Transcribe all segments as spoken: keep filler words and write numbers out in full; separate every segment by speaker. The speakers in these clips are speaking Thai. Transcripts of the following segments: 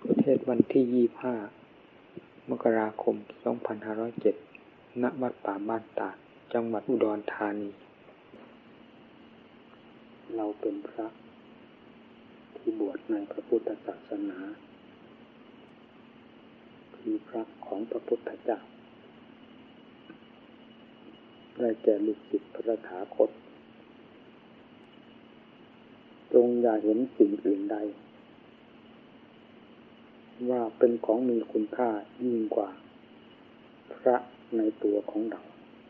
Speaker 1: ประเทศวันที่ยี่สิบห้ามกราคมสองพันห้าร้อยเจ็ดณวัดป่าบ้านตาดจังหวัดอุดรธานีเราเป็นพระที่บวชในพระพุทธศาสนาคือพระของพระพุทธเจ้าได้แก่ลูกศิษย์พระตถาคตจงอย่าเห็นสิ่งอื่นใดว่าเป็นของมีคุณค่ายิ่งกว่าพระในตัวของเรา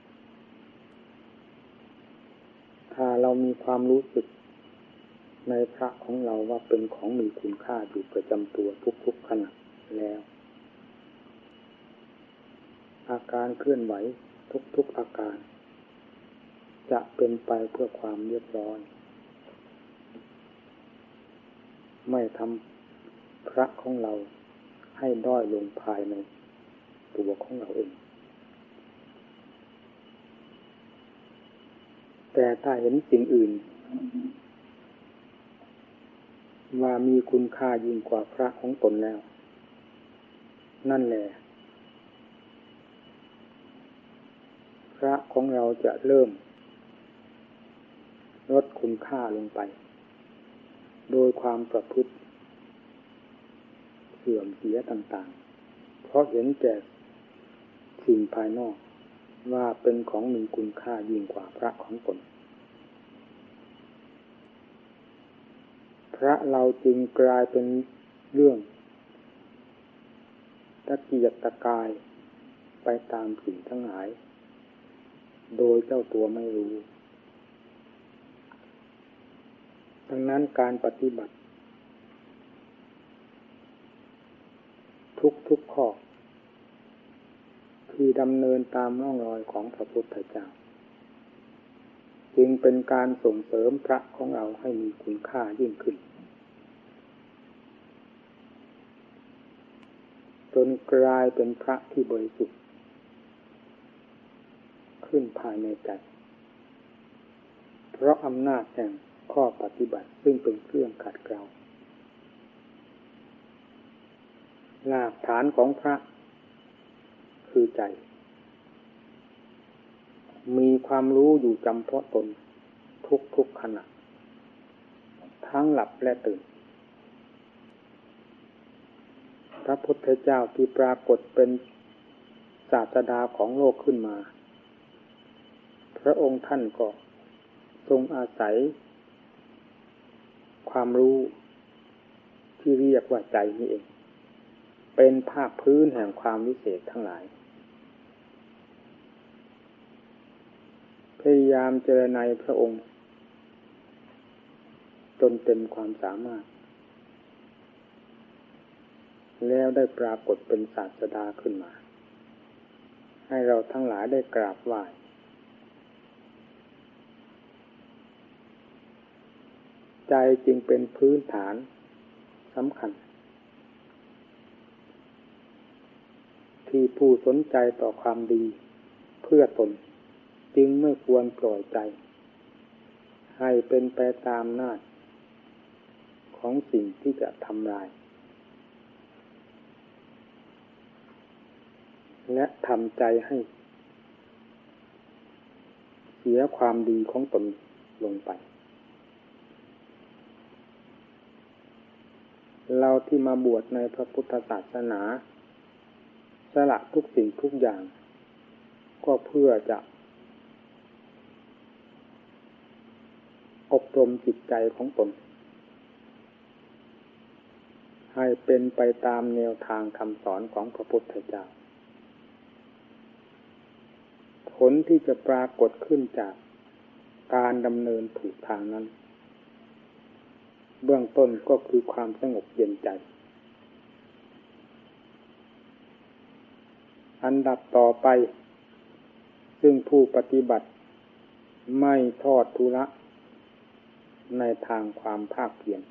Speaker 1: ถ้าเรามีความรู้สึกในพระของเราว่าเป็นของมีคุณค่าอยู่ประจำตัวทุกๆขณะแล้วอาการเคลื่อนไหวทุกๆอาการจะเป็นไปเพื่อความเรียบร้อยไม่ทำพระของเราให้ด้อยลงภายในตัวของเราเองแต่ถ้าเห็นสิ่งอื่นว่ามีคุณค่ายิ่งกว่าพระของตนแล้วนั่นแหละพระของเราจะเริ่มลดคุณค่าลงไปโดยความประพฤติเสื่อมเสียต่างๆเพราะเห็นแก่สิ่งภายนอกว่าเป็นของมีคุณค่ายิ่งกว่าพระของตนพระเราจึงกลายเป็นเรื่องตะเกียกตะกายไปตามสิ่งทั้งหลายโดยเจ้าตัวไม่รู้ดังนั้นการปฏิบัติทุกๆข้อที่ดำเนินตามร่องรอยของพระพุทธเจ้าจึงเป็นการส่งเสริมพระของเราให้มีคุณค่ายิ่งขึ้นจนกลายเป็นพระที่บริสุทธิ์ขึ้นภายในใจเพราะอำนาจแห่งข้อปฏิบัติซึ่งเป็นเครื่องขัดเกลารากฐานของพระคือใจมีความรู้อยู่จำเพาะตนทุกๆขณะทั้งหลับและตื่นพระพุทธเจ้าที่ปรากฏเป็นศาสดาของโลกขึ้นมาพระองค์ท่านก็ทรงอาศัยความรู้ที่เรียกว่าใจนี่เองเป็นภาคพื้นแห่งความวิเศษทั้งหลายพยายามเจริญในพระองค์จนเต็มความสามารถแล้วได้ปรากฏเป็นศาสดาขึ้นมาให้เราทั้งหลายได้กราบไหว้ใจจึงเป็นพื้นฐานสำคัญที่ผู้สนใจต่อความดีเพื่อตนจึงไม่ควรปล่อยใจให้เป็นไปตามอำนาจของสิ่งที่จะทำลายและทำใจให้เสียความดีของตนลงไปเราที่มาบวชในพระพุทธศาสนาสละทุกสิ่งทุกอย่างก็เพื่อจะอบรมจิตใจของตนให้เป็นไปตามแนวทางคำสอนของพระพุทธเจ้าผลที่จะปรากฏขึ้นจากการดำเนินถูกทางนั้นเบื้องต้นก็คือความสงบเย็นใจอันดับต่อไปซึ่งผู้ปฏิบัติไม่ทอดทุระในทางความภาคเพียร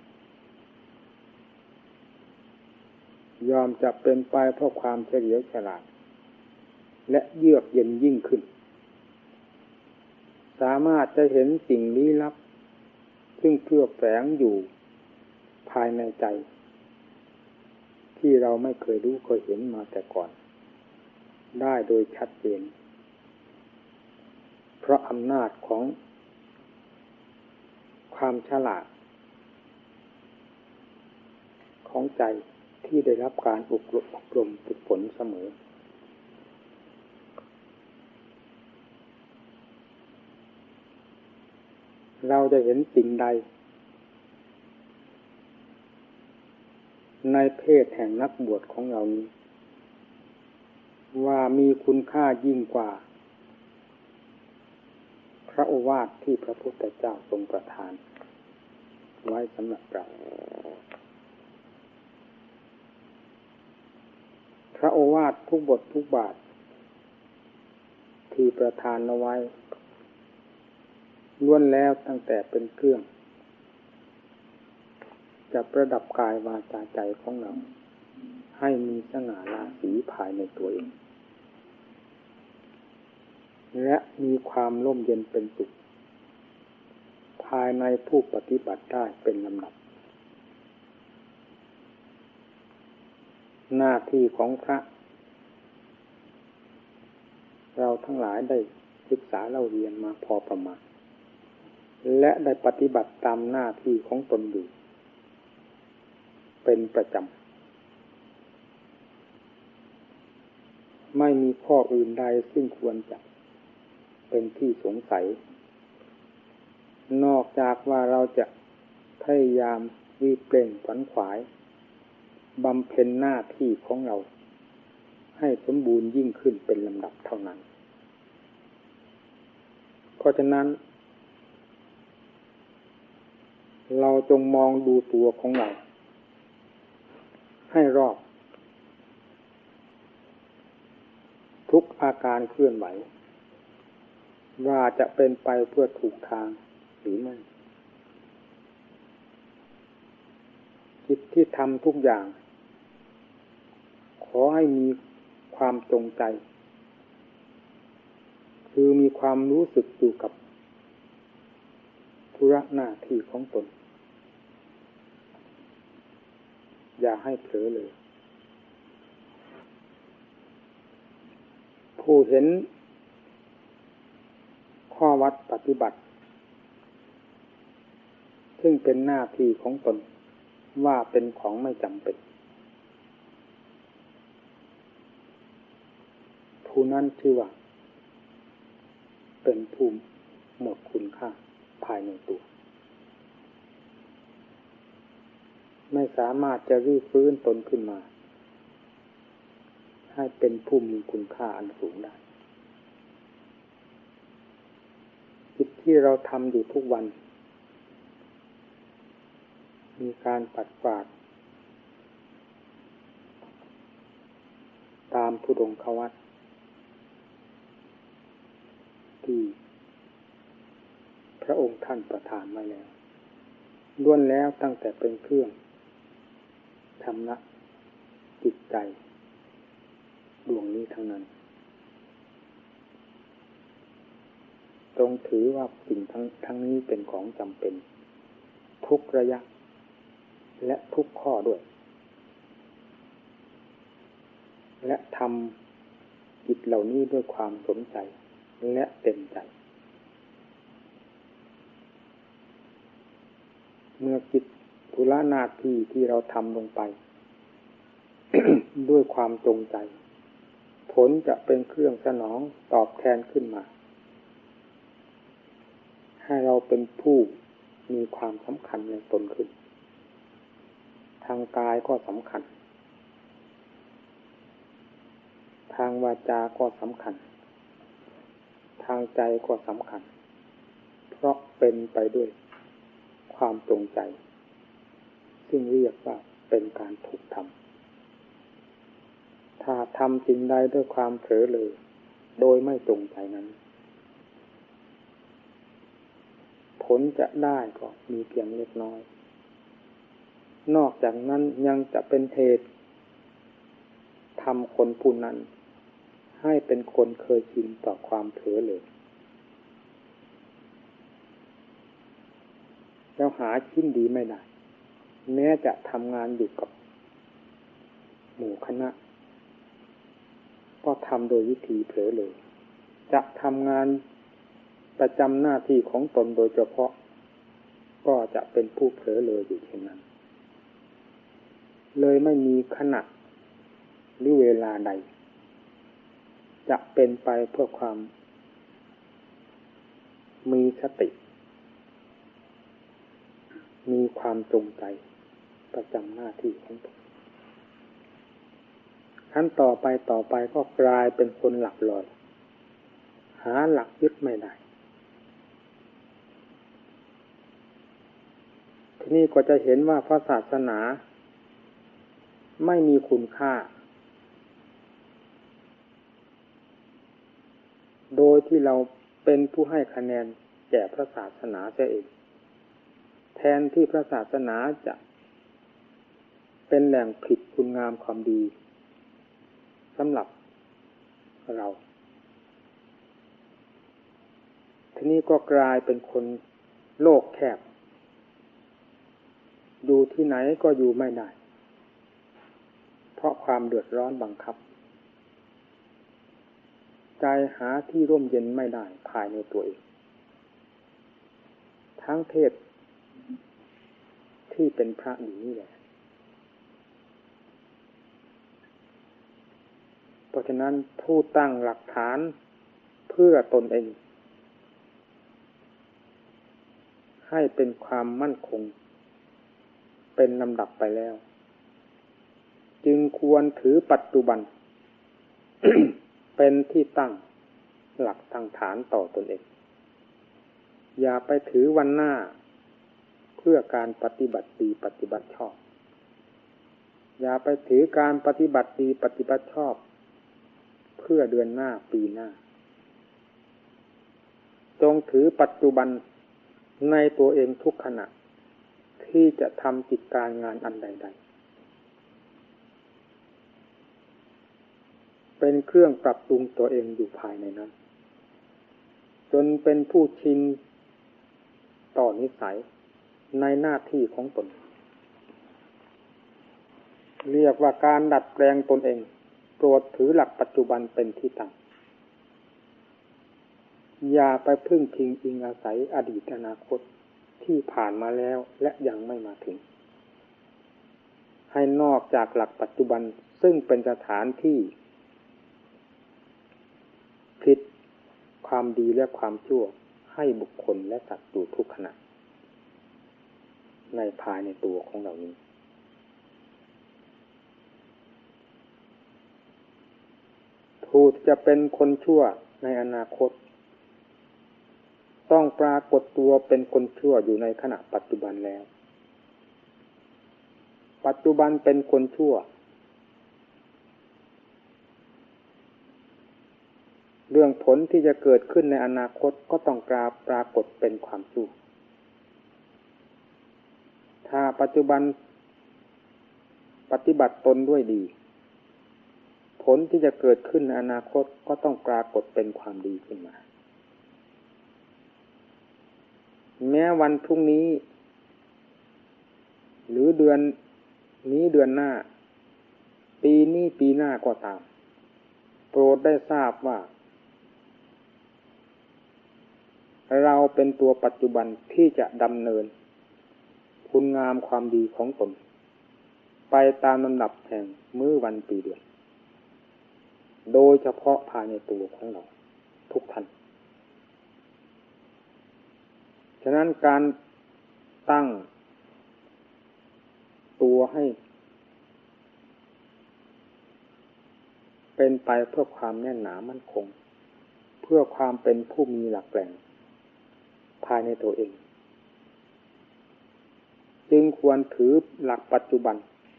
Speaker 1: ยอมจะเป็นไปเพราะความเฉลียวฉลาดและเยือกเย็นยิ่งขึ้นสามารถจะเห็นสิ่งลี้ลับซึ่งเคลือบแฝงอยู่ภายในใจที่เราไม่เคยรู้เคยเห็นมาแต่ก่อนได้โดยชัดเจนเพราะอำนาจของความฉลาดของใจที่ได้รับการอบรมอบรมฝึกฝนเสมอเราจะเห็นสิ่งใดในเพศแห่งนักบวชของเรานี้ว่ามีคุณค่ายิ่งกว่าพระโอวาทที่พระพุทธเจ้าทรงประทานไว้สำหรับเราพระโอวาททุกบททุกบาทที่ประทานเอาไว้ล้วนแล้วตั้งแต่เป็นเครื่องจะประดับกายวาจาใจของเราให้มีสง่าราศีภายในตัวเองและมีความร่มเย็นเป็นสุขภายในผู้ปฏิบัติได้เป็นลำดับหน้าที่ของพระเราทั้งหลายได้ศึกษาเล่าเรียนมาพอประมาณและได้ปฏิบัติตามหน้าที่ของตนอยู่เป็นประจำไม่มีข้ออื่นใดซึ่งควรจะเป็นที่สงสัยนอกจากว่าเราจะพยายามรีบเร่งขวนขวายบำเพ็ญหน้าที่ของเราให้สมบูรณ์ยิ่งขึ้นเป็นลำดับเท่านั้นเพราะฉะนั้นเราจงมองดูตัวของเราให้รอบทุกอาการเคลื่อนไหวว่าจะเป็นไปเพื่อถูกทางหรือไม่จิตที่ทำทุกอย่างขอให้มีความจงใจคือมีความรู้สึกอยู่กับธุระหน้าที่ของตนอย่าให้เผลอเลยผู้เห็นข้อวัดปฏิบัติซึ่งเป็นหน้าที่ของตนว่าเป็นของไม่จำเป็นผู้นั้นชื่อว่าเป็นผู้หมดคุณค่าภายในตัวไม่สามารถจะรื้อฟื้นตนขึ้นมาให้เป็นผู้มีคุณค่าอันสูงได้กิจที่เราทำอยู่ทุกวันมีการปัดกวาดตามธุดงควัตรที่พระองค์ท่านประทานไว้แล้วล้วนแล้วตั้งแต่เป็นเครื่องชำระจิตใจดวงนี้ทั้งนั้นจงถือว่าสิ่งทั้งทั้งนี้เป็นของจำเป็นทุกระยะและทุกข้อด้วยและทำจิตเหล่านี้ด้วยความสนใจและเต็มใจเมื่อจิตธุระหน้าที่ที่เราทำลงไป ด้วยความจงใจผลจะเป็นเครื่องสนองตอบแทนขึ้นมาให้เราเป็นผู้มีความสำคัญในตนขึ้นทางกายก็สำคัญทางวาจาก็สำคัญทางใจก็สำคัญเพราะเป็นไปด้วยความจงใจซึ่งเรียกว่าเป็นการถูกทำถ้าทำสิ่งใดด้วยความเผลอเลยโดยไม่จงใจนั้นผลจะได้ก็มีเพียงเล็กน้อยนอกจากนั้นยังจะเป็นเหตุทำคนผู้นั้นให้เป็นคนเคยชินต่อความเผลอเลยแล้วหาชิ้นดีไม่ได้แม้จะทำงานอยู่กับหมู่คณะก็ทำโดยวิธีเผลอเลยจะทำงานประจำหน้าที่ของตนโดยเฉพาะก็จะเป็นผู้เผลอเลยอยู่เช่นนั้นเลยไม่มีขณะหรือเวลาใดจะเป็นไปเพื่อความมีสติมีความจงใจประจำหน้าที่ของตนขั้นต่อไปต่อไปก็กลายเป็นคนหลักลอยหาหลักยึดไม่ได้ทีนี้ก็จะเห็นว่าพระศาสนาไม่มีคุณค่าโดยที่เราเป็นผู้ให้คะแนนแก่พระศาสนาเสียเองแทนที่พระศาสนาจะเป็นแหล่งผลิตคุณงามความดีสำหรับเราทีนี้ก็กลายเป็นคนโลกแคบอยู่ที่ไหนก็อยู่ไม่ได้เพราะความเดือดร้อนบังคับใจหาที่ร่มเย็นไม่ได้ภายในตัวเองทั้งเพศที่เป็นพระอยู่นี่แหละเพราะฉะนั้นผู้ตั้งหลักฐานเพื่อตนเองให้เป็นความมั่นคงเป็นลำดับไปแล้วจึงควรถือปัจจุบัน เป็นที่ตั้งหลักตั้งฐานต่อตนเองอย่าไปถือวันหน้าเพื่อการปฏิบัติดีปฏิบัติชอบอย่าไปถือการปฏิบัติดีปฏิบัติชอบเพื่อเดือนหน้าปีหน้าจงถือปัจจุบันในตัวเองทุกขณะที่จะทำกิจการงานอันใดๆเป็นเครื่องปรับปรุงตัวเองอยู่ภายในนั้นจนเป็นผู้ชินต่อนิสัยในหน้าที่ของตนเรียกว่าการดัดแปลงตนเองโปรดถือหลักปัจจุบันเป็นที่ตั้งอย่าไปพึ่งพิงอิงอาศัยอดีตอนาคตที่ผ่านมาแล้วและยังไม่มาถึงให้นอกจากหลักปัจจุบันซึ่งเป็นสถานที่ผลิตความดีและความชั่วให้บุคคลและสัตว์อยู่ทุกขณะในภายในตัวของเรานี้ผู้จะเป็นคนชั่วในอนาคตต้องปรากฏตัวเป็นคนชั่วอยู่ในขณะปัจจุบันแล้วปัจจุบันเป็นคนชั่วเรื่องผลที่จะเกิดขึ้นในอนาคตก็ต้องกราบปรากฏเป็นความชั่วถ้าปัจจุบันปฏิบัติตนด้วยดีผลที่จะเกิดขึ้นในอนาคตก็ต้องปรากฏเป็นความดีขึ้นมาแม้วันพรุ่งนี้หรือเดือนนี้เดือนหน้าปีนี้ปีหน้าก็ตามโปรดได้ทราบว่าเราเป็นตัวปัจจุบันที่จะดำเนินคุณงามความดีของตนไปตามลำดับแห่งมื้อวันปีเดือนโดยเฉพาะภายในตัวของเราทุกท่านฉะนั้นการตั้งตัวให้เป็นไปเพื่อความแน่นหนามั่นคงเพื่อความเป็นผู้มีหลักแหล่งภายในตัวเองจึงควรถือหลักปัจจุบัน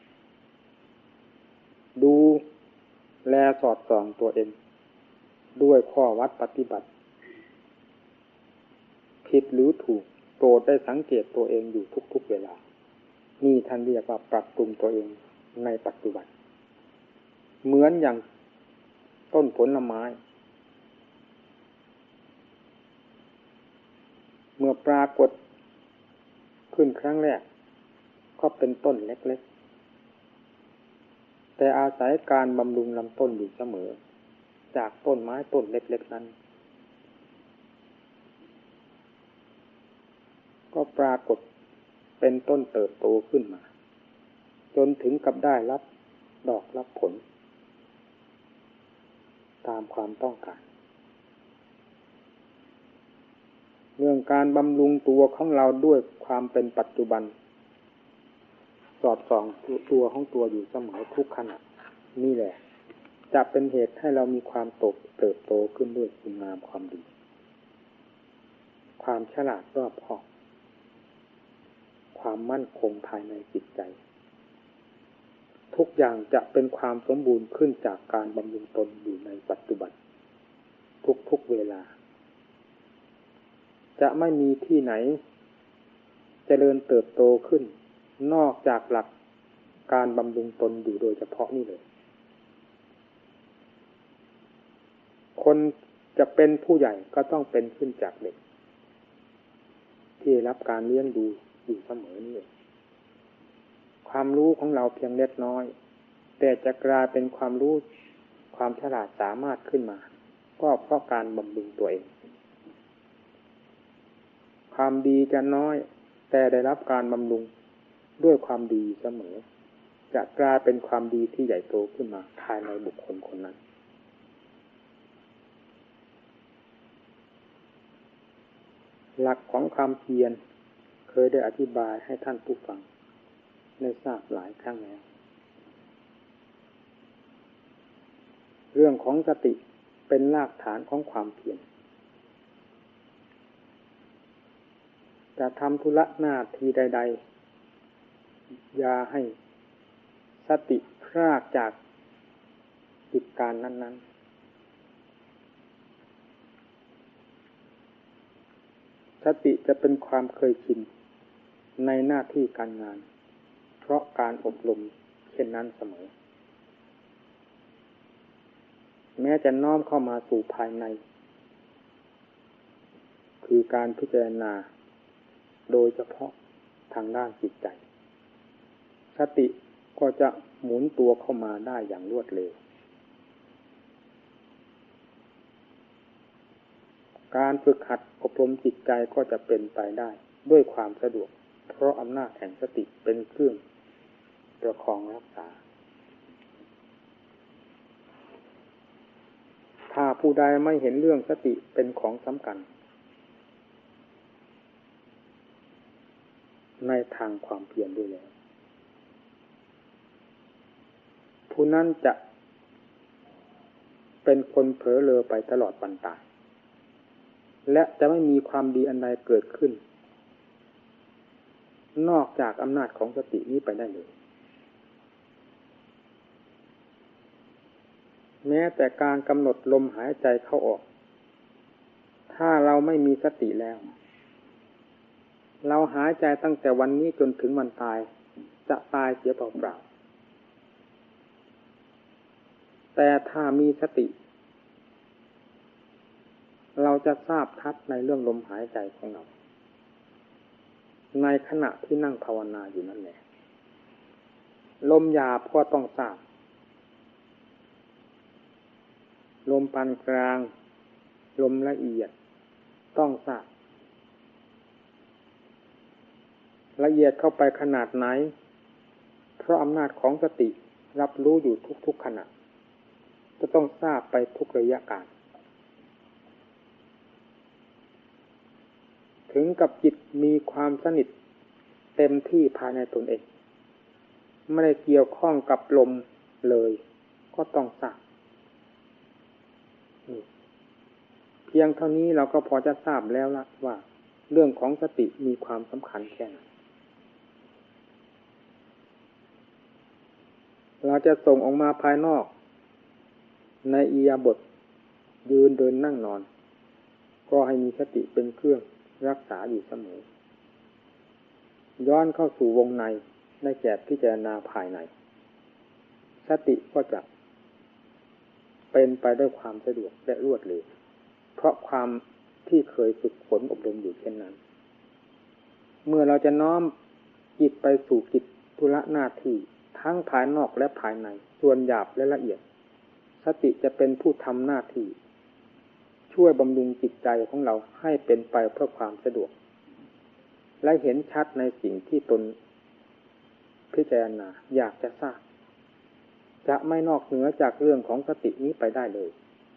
Speaker 1: ดูแลสอดส่องตัวเองด้วยข้อวัดปฏิบัติผิดหรือถูกโปรดได้สังเกตตัวเองอยู่ทุกๆเวลานี่ท่านเรียกว่าปรับปรุงตัวเองในปัจจุบันเหมือนอย่างต้นผลไม้เมื่อปรากฏขึ้นครั้งแรกก็เป็นต้นเล็กๆแต่อาศัยการบำรุงลำต้นอยู่เสมอจากต้นไม้ต้นเล็กๆนั้นก็ปรากฏเป็นต้นเติบโตขึ้นมาจนถึงกับได้รับดอกรับผลตามความต้องการเรื่องการบำรุงตัวของเราด้วยความเป็นปัจจุบันสอดส่องตัวของตัวอยู่เสมอทุกขณะนี่แหละจะเป็นเหตุให้เรามีความโตเติบโตขึ้นด้วยคุณงามความดีความฉลาดรอบคอบความมั่นคงภายในจิตใจทุกอย่างจะเป็นความสมบูรณ์ขึ้นจากการบำรุงตนอยู่ในปัจจุบันทุกๆเวลาจะไม่มีที่ไหนเจริญเติบโตขึ้นนอกจากหลักการบำรุงตนอยู่โดยเฉพาะนี่เลยคนจะเป็นผู้ใหญ่ก็ต้องเป็นขึ้นจากเด็กที่รับการเลี้ยงดูอยู่เสมอนี่เลยความรู้ของเราเพียงเล็กน้อยแต่จะกลายเป็นความรู้ความฉลาดสามารถขึ้นมาก็เพราะการบำรุงตัวเองความดีจะน้อยแต่ได้รับการบำรุงด้วยความดีเสมอจะกลายเป็นความดีที่ใหญ่โตขึ้นมาภายในบุคคลคนนั้นหลักของความเพียรเคยได้อธิบายให้ท่านผู้ฟังได้ทราบหลายครั้งแล้วเรื่องของสติเป็นรากฐานของความเพียรจะทำธุระหน้าที่ใดๆอย่าให้สติพรากจากกิจการนั้นๆสติจะเป็นความเคยชินในหน้าที่การงานเพราะการอบรมเช่นนั้นเสมอแม้จะน้อมเข้ามาสู่ภายในคือการพิจารณาโดยเฉพาะทางด้านจิตใจสติก็จะหมุนตัวเข้ามาได้อย่างรวดเร็วการฝึกหัดอบรมจิตใจก็จะเป็นไปได้ด้วยความสะดวกเพราะอำนาจแห่งสติเป็นเครื่องประคองรักษาถ้าผู้ใดไม่เห็นเรื่องสติเป็นของสำคัญในทางความเพียรด้วยแล้วผู้นั้นจะเป็นคนเผลอเลอไปตลอดวันตายและจะไม่มีความดีอันใดเกิดขึ้นนอกจากอำนาจของสตินี้ไปได้เลยแม้แต่การกำหนดลมหายใจเข้าออกถ้าเราไม่มีสติแล้วเราหายใจตั้งแต่วันนี้จนถึงวันตายจะตายเสียเปล่าๆแต่ถ้ามีสติเราจะทราบชัดในเรื่องลมหายใจของเราในขณะที่นั่งภาวนาอยู่นั่นแหละลมหยาบก็ต้องทราบลมปานกลางลมละเอียดต้องทราบละเอียดเข้าไปขนาดไหนเพราะอำนาจของสติรับรู้อยู่ทุกๆขณะจะต้องทราบไปทุกระยะการถึงกับจิตมีความสนิทเต็มที่ภายในตนเองไม่ได้เกี่ยวข้องกับลมเลยก็ต้องทราบเพียงเท่านี้เราก็พอจะทราบแล้วละว่าเรื่องของสติมีความสำคัญแค่ไหนเราจะส่งออกมาภายนอกในอิริยาบถยืนเดินนั่งนอนก็ให้มีสติเป็นเครื่องรักษาอยู่เสมอย้อนเข้าสู่วงในได้แก่พิจารณาภายในสติก็จะเป็นไปด้วยความสะดวกและรวดเร็วเพราะความที่เคยฝึกฝนอบรมอยู่เช่นนั้นเมื่อเราจะน้อมจิตไปสู่กิจธุระหน้าที่ททั้งภายนอกและภายในส่วนหยาบและละเอียดสติจะเป็นผู้ทำหน้าที่ช่วยบำรุงจิตใจของเราให้เป็นไปเพื่อความสะดวกและเห็นชัดในสิ่งที่ตนพิจารณาอยากจะทราบจะไม่นอกเหนือจากเรื่องของสตินี้ไปได้เลย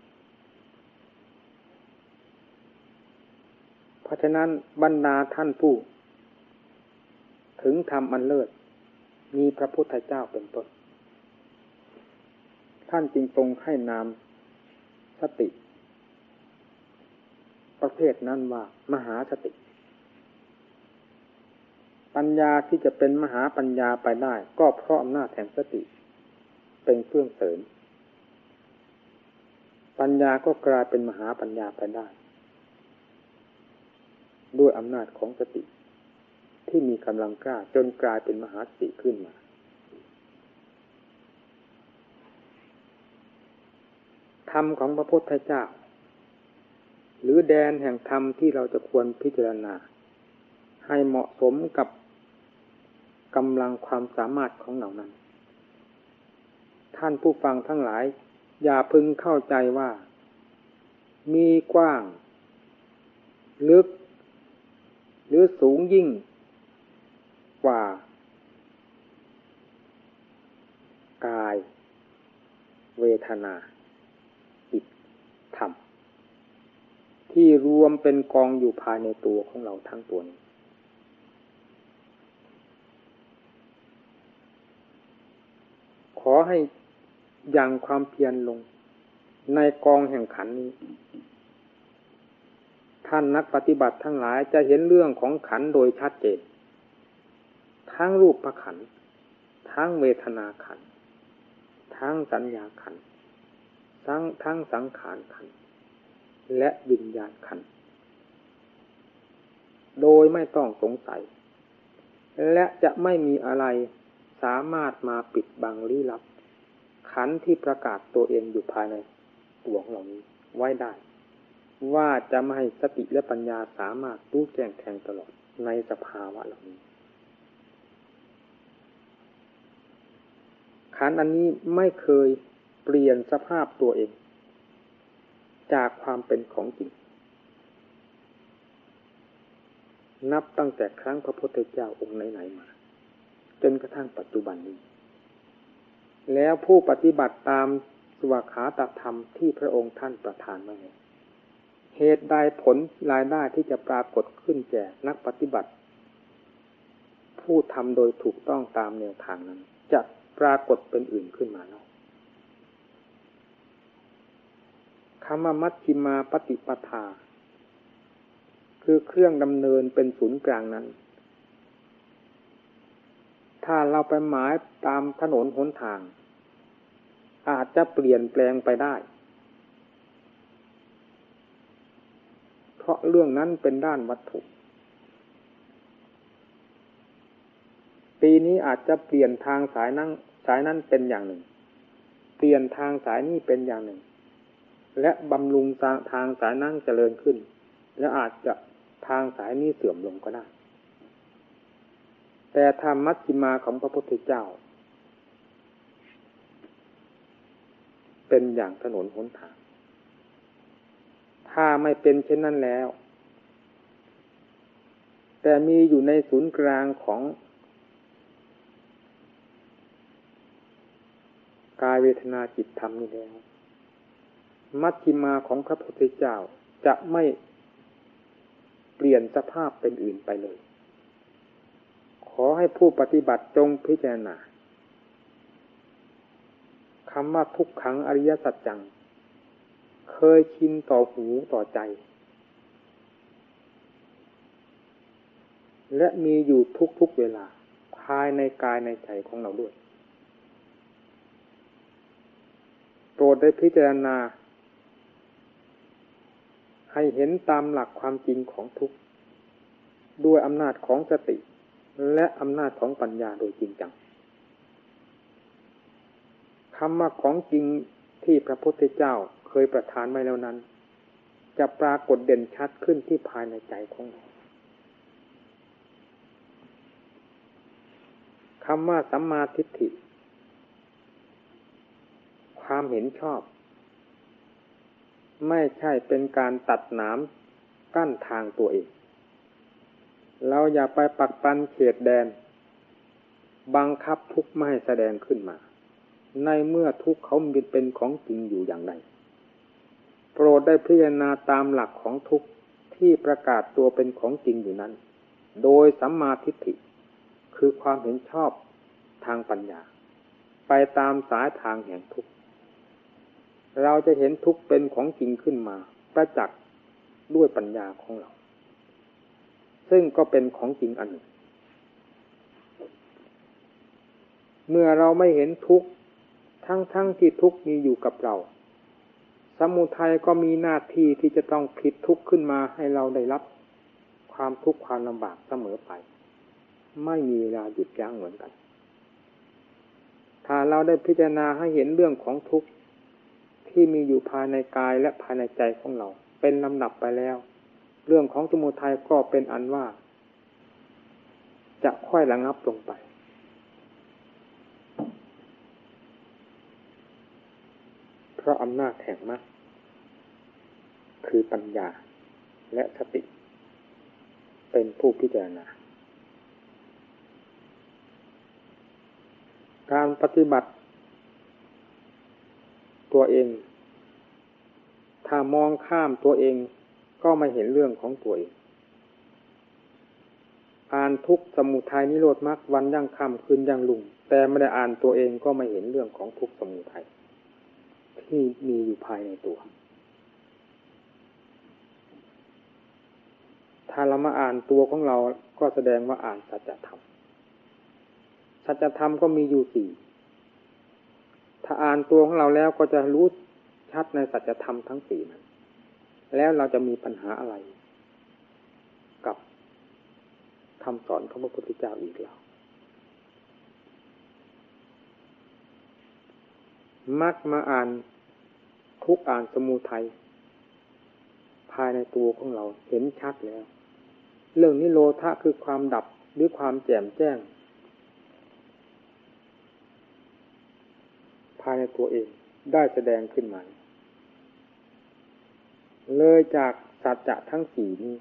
Speaker 1: เพราะฉะนั้นบรรดาท่านผู้ถึงธรรมอันเลิศมีพระพุทธเจ้าเป็นต้นท่านจึงทรงให้นามสติประเภทนั้นว่ามหาสติปัญญาที่จะเป็นมหาปัญญาไปได้ก็เพราะอำนาจแห่งสติเป็นเครื่องเสริมปัญญาก็กลายเป็นมหาปัญญาไปได้ด้วยอำนาจของสติที่มีกำลังกล้าจนกลายเป็นมหาสติขึ้นมาธรรมของพระพุทธเจ้าหรือแดนแห่งธรรมที่เราจะควรพิจารณาให้เหมาะสมกับกำลังความสามารถของเรานั้นท่านผู้ฟังทั้งหลายอย่าพึงเข้าใจว่ามีกว้างลึกหรือสูงยิ่งกว่ากายเวทนาจิตธรรมที่รวมเป็นกองอยู่ภายในตัวของเราทั้งตัวนี้ขอให้ยังความเพียรลงในกองแห่งขันธ์นี้ท่านนักปฏิบัติทั้งหลายจะเห็นเรื่องของขันธ์โดยชัดเจนทั้งรูปขันธ์ทั้งเวทนาขันธ์ทั้งสัญญาขันธ์ทั้งทั้งสังขารขันธ์และวิญญาณขันธ์โดยไม่ต้องสงสัยและจะไม่มีอะไรสามารถมาปิดบังลี้ลับขันธ์ที่ประกาศตัวเองอยู่ภายในตัวของเรานี้ไว้ได้ว่าจะไม่ให้สติและปัญญาสามารถรู้แจ้งแทงตลอดในสภาวะเหล่านี้ขันธ์อันนี้ไม่เคยเปลี่ยนสภาพตัวเองจากความเป็นของจริงนับตั้งแต่ครั้งพระพุทธเจ้าองค์ไหนๆมาจนกระทั่งปัจจุบันนี้แล้วผู้ปฏิบัติตามสวากขาตธรรมที่พระองค์ท่านประทานไว้เหตุใดผลรายได้ที่จะปรากฏขึ้นแก่นักปฏิบัติผู้ทำโดยถูกต้องตามแนวทางนั้นจะปรากฏเป็นอื่นขึ้นมาแล้วคำว่ามัชฌิมาปฏิปทาคือเครื่องดำเนินเป็นศูนย์กลางนั้นถ้าเราไปหมายตามถนนหนทางอาจจะเปลี่ยนแปลงไปได้เพราะเรื่องนั้นเป็นด้านวัตถุปีนี้อาจจะเปลี่ยนทางสายนั้นสายนั้นเป็นอย่างหนึ่งเปลี่ยนทางสายนี้เป็นอย่างหนึ่งและบำรุงทางสายนั้นเจริญขึ้นและอาจจะทางสายนี้เสื่อมลงก็ได้แต่ธรรมมัชฌิมาของพระพุทธเจ้าเป็นอย่างถนนหนทางถ้าไม่เป็นเช่นนั้นแล้วแต่มีอยู่ในศูนย์กลางของกายเวทนาจิตธรรมนี้แล้วมัชฌิมาของพระพุทธเจ้าจะไม่เปลี่ยนสภาพเป็นอื่นไปเลยขอให้ผู้ปฏิบัติจงพิจารณาคำว่าทุกขังอริยสัจจังเคยชินต่อหูต่อใจและมีอยู่ทุกๆเวลาภายในกายในใจของเราด้วยโปรดได้พิจารณาให้เห็นตามหลักความจริงของทุกข์ด้วยอำนาจของสติและอำนาจของปัญญาโดยจริงจังคำว่าของจริงที่พระพุทธเจ้าเคยประทานไว้แล้วนั้นจะปรากฏเด่นชัดขึ้นที่ภายในใจของเราคำว่าสัมมาทิฏฐิความเห็นชอบไม่ใช่เป็นการตัดหนามกั้นทางตัวเองเราอย่าไปปักปันเขตแดนบังคับทุกข์ไม่ให้แสดงขึ้นมาในเมื่อทุกข์เขาเป็นของจริงอยู่อย่างไรโปรดได้พิจารณาตามหลักของทุกข์ที่ประกาศตัวเป็นของจริงอยู่นั้นโดยสัมมาทิฏฐิคือความเห็นชอบทางปัญญาไปตามสายทางแห่งทุกข์เราจะเห็นทุกข์เป็นของจริงขึ้นมาประจักษ์ด้วยปัญญาของเราซึ่งก็เป็นของจริงอันหนึ่งเมื่อเราไม่เห็นทุกข์ทั้งๆที่ทุกข์มีอยู่กับเราสมุทัยก็มีหน้าที่ที่จะต้องผลิตทุกข์ขึ้นมาให้เราได้รับความทุกข์ความลำบากเสมอไปไม่มีเวลาหยุดยั้งเหมือนกันถ้าเราได้พิจารณาให้เห็นเรื่องของทุกข์ที่มีอยู่ภายในกายและภายในใจของเราเป็นลำดับไปแล้วเรื่องของสมุทัยก็เป็นอันว่าจะค่อยระงับลงไปเพราะอำนาจแห่งมรรคคือปัญญาและสติเป็นผู้พิจารณาการปฏิบัติตัวเองถ้ามองข้ามตัวเองก็ไม่เห็นเรื่องของตัวเองอ่านทุกข์สมุทัยนิโรธมรรควันยั่งค่ำคืนยั่งรุ่งแต่ไม่ได้อ่านตัวเองก็ไม่เห็นเรื่องของทุกข์สมุทัยที่มีอยู่ภายในตัวถ้าเรามาอ่านตัวของเราก็แสดงว่าอ่านสัจธรรมสัจธรรมก็มีอยู่สี่ถ้าอ่านตัวของเราแล้วก็จะรู้ชัดในสัจธรรมทั้งสี่นั้นแล้วเราจะมีปัญหาอะไรกับคำสอนของพระพุทธเจ้าอีกแล้วมักมาอ่านทุกข์อ่านสมุทัยภายในตัวของเราเห็นชัดแล้วเรื่องนิโรธะคือความดับหรือความแจ่มแจ้งภายในตัวเองได้แสดงขึ้นมาเลยจากสัจจะทั้งสี่นี้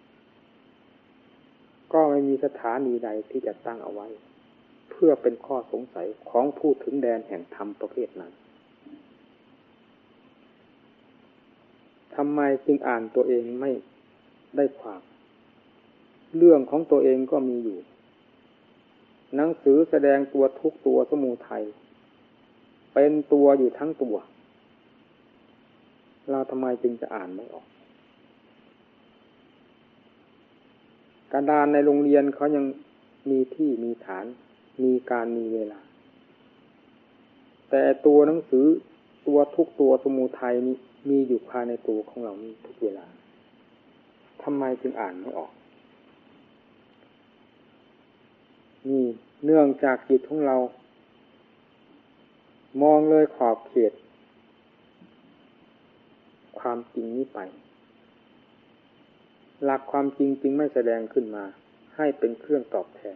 Speaker 1: ก็ไม่มีสถานีใดที่จะตั้งเอาไว้เพื่อเป็นข้อสงสัยของผู้ถึงแดนแห่งธรรมประเภทนั้นทำไมจึงอ่านตัวเองไม่ได้ความเรื่องของตัวเองก็มีอยู่หนังสือแสดงตัวทุกตัวสมุทัยเป็นตัวอยู่ทั้งตัวเราทำไมจึงจะอ่านไม่ออกกระดานในโรงเรียนเขายังมีที่มีฐานมีการมีเวลาแต่ตัวหนังสือตัวทุกตัวสมุทัยนี้มีอยู่ภายในตัวของเรานี้ทุกเวลาทำไมจึงอ่านไม่ออกนี่เนื่องจากจิตของเรามองเลยขอบเขตความจริงนี้ไปหลักความจริงจึงไม่แสดงขึ้นมาให้เป็นเครื่องตอบแทน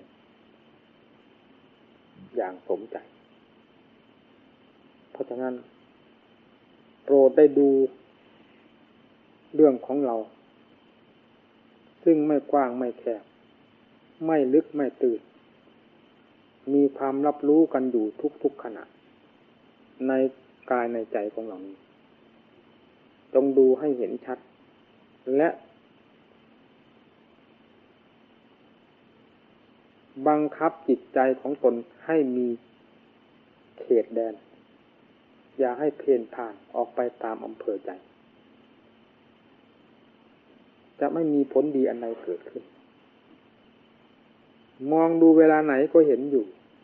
Speaker 1: อย่างสมใจเพราะฉะนั้นโปรดได้ดูเรื่องของเราซึ่งไม่กว้างไม่แคบไม่ลึกไม่ตื้นมีความรับรู้กันอยู่ทุกๆขณะในกายในใจของเรานี้จงดูให้เห็นชัดและบังคับจิตใจของตนให้มีเขตแดนอย่าให้เพ่นพ่านออกไปตามอำเภอใจจะไม่มีผลดีอันใดเกิดขึ้นมองดูเวลาไหนก็เห็นอยู่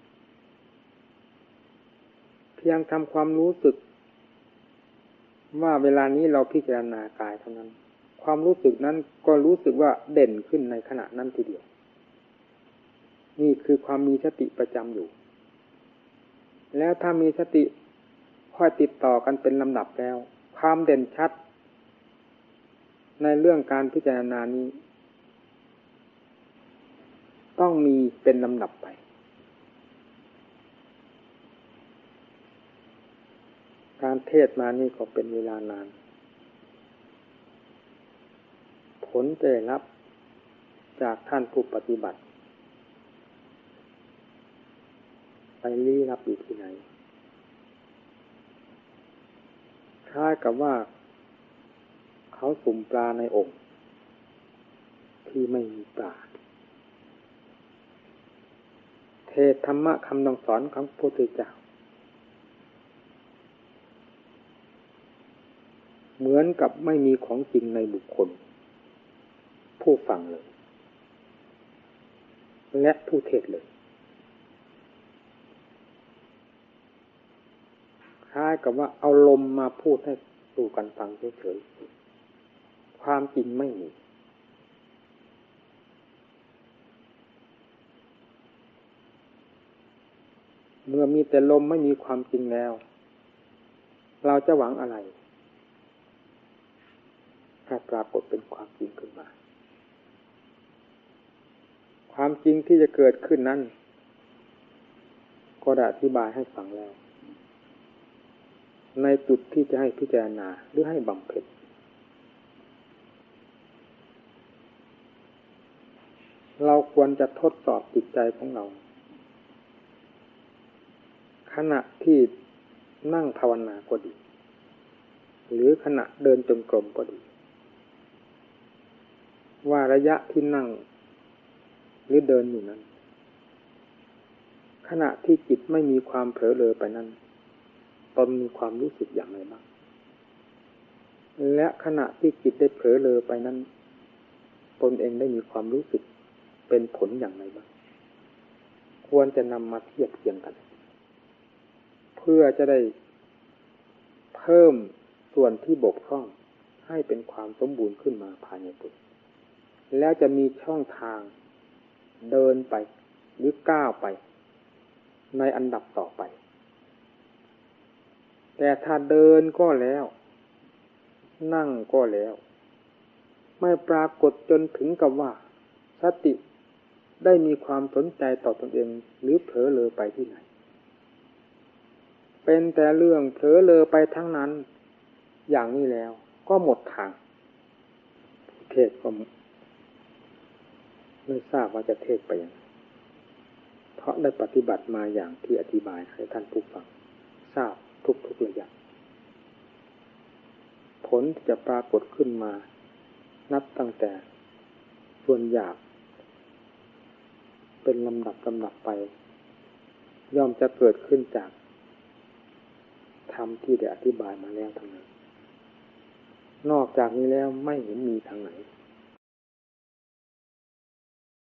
Speaker 1: เพียงทำความรู้สึกว่าเวลานี้เราพิจารณากายเท่านั้นความรู้สึกนั้นก็รู้สึกว่าเด่นขึ้นในขณะนั้นทีเดียวนี่คือความมีสติประจำอยู่แล้วถ้ามีสติค่อยติดต่อกันเป็นลำดับแล้วความเด่นชัดในเรื่องการพิจารณานี้ต้องมีเป็นลำดับไปการเทศมานี่ก็เป็นเวลานานผลจะได้รับจากท่านผู้ปฏิบัติไปลี้ลับอยู่ที่ไหนคล้ายกับว่าเขาสุ่มปลาในโอ่งที่ไม่มีปลาเทศธรรมะคำสอนของพระพุทธเจ้าเหมือนกับไม่มีของจริงในบุคคลผู้ฟังเลยและผู้เทศเลยคล้ายกับว่าเอาลมมาพูดให้สู่กันฟังเฉยๆความจริงไม่มีเมื่อมีแต่ลมไม่มีความจริงแล้วเราจะหวังอะไรถ้าปรากฏเป็นความจริงขึ้นมาความจริงที่จะเกิดขึ้นนั้นก็ได้อธิบายให้ฟังแล้วในจุดที่จะให้พิจารณาหรือให้บำเพ็ญเราควรจะทดสอบจิตใจของเราขณะที่นั่งภาวนาก็ดีหรือขณะเดินจงกรมก็ดีว่าระยะที่นั่งหรือเดินอยู่นั้นขณะที่จิตไม่มีความเผลอเลยไปนั้นตนมีความรู้สึกอย่างไรบ้างและขณะที่จิตได้เผลอเลยไปนั้นตนเองได้มีความรู้สึกเป็นผลอย่างไรบ้างควรจะนำมาเทียบเคียงกันเพื่อจะได้เพิ่มส่วนที่บกพร่องให้เป็นความสมบูรณ์ขึ้นมาภายในตัวแล้วจะมีช่องทางเดินไปหรือก้าวไปในอันดับต่อไปแต่ถ้าเดินก็แล้วนั่งก็แล้วไม่ปรากฏจนถึงกับว่าสติได้มีความสนใจต่อตนเองหรือเผลอเลยไปที่ไหนเป็นแต่เรื่องเผลอเลยไปทั้งนั้นอย่างนี้แล้วก็หมดทางเทศก็ไม่ทราบว่าจะเทศไปยังไงเพราะได้ปฏิบัติมาอย่างที่อธิบายให้ท่านผู้ฟังทราบทุกๆระยะผลที่จะปรากฏขึ้นมานับตั้งแต่ส่วนหยาบเป็นลำดับลำดับไปย่อมจะเกิดขึ้นจากธรรมที่ได้อธิบายมาแล้วทั้งนั้นนอกจากนี้แล้วไม่เห็นมีทางไหน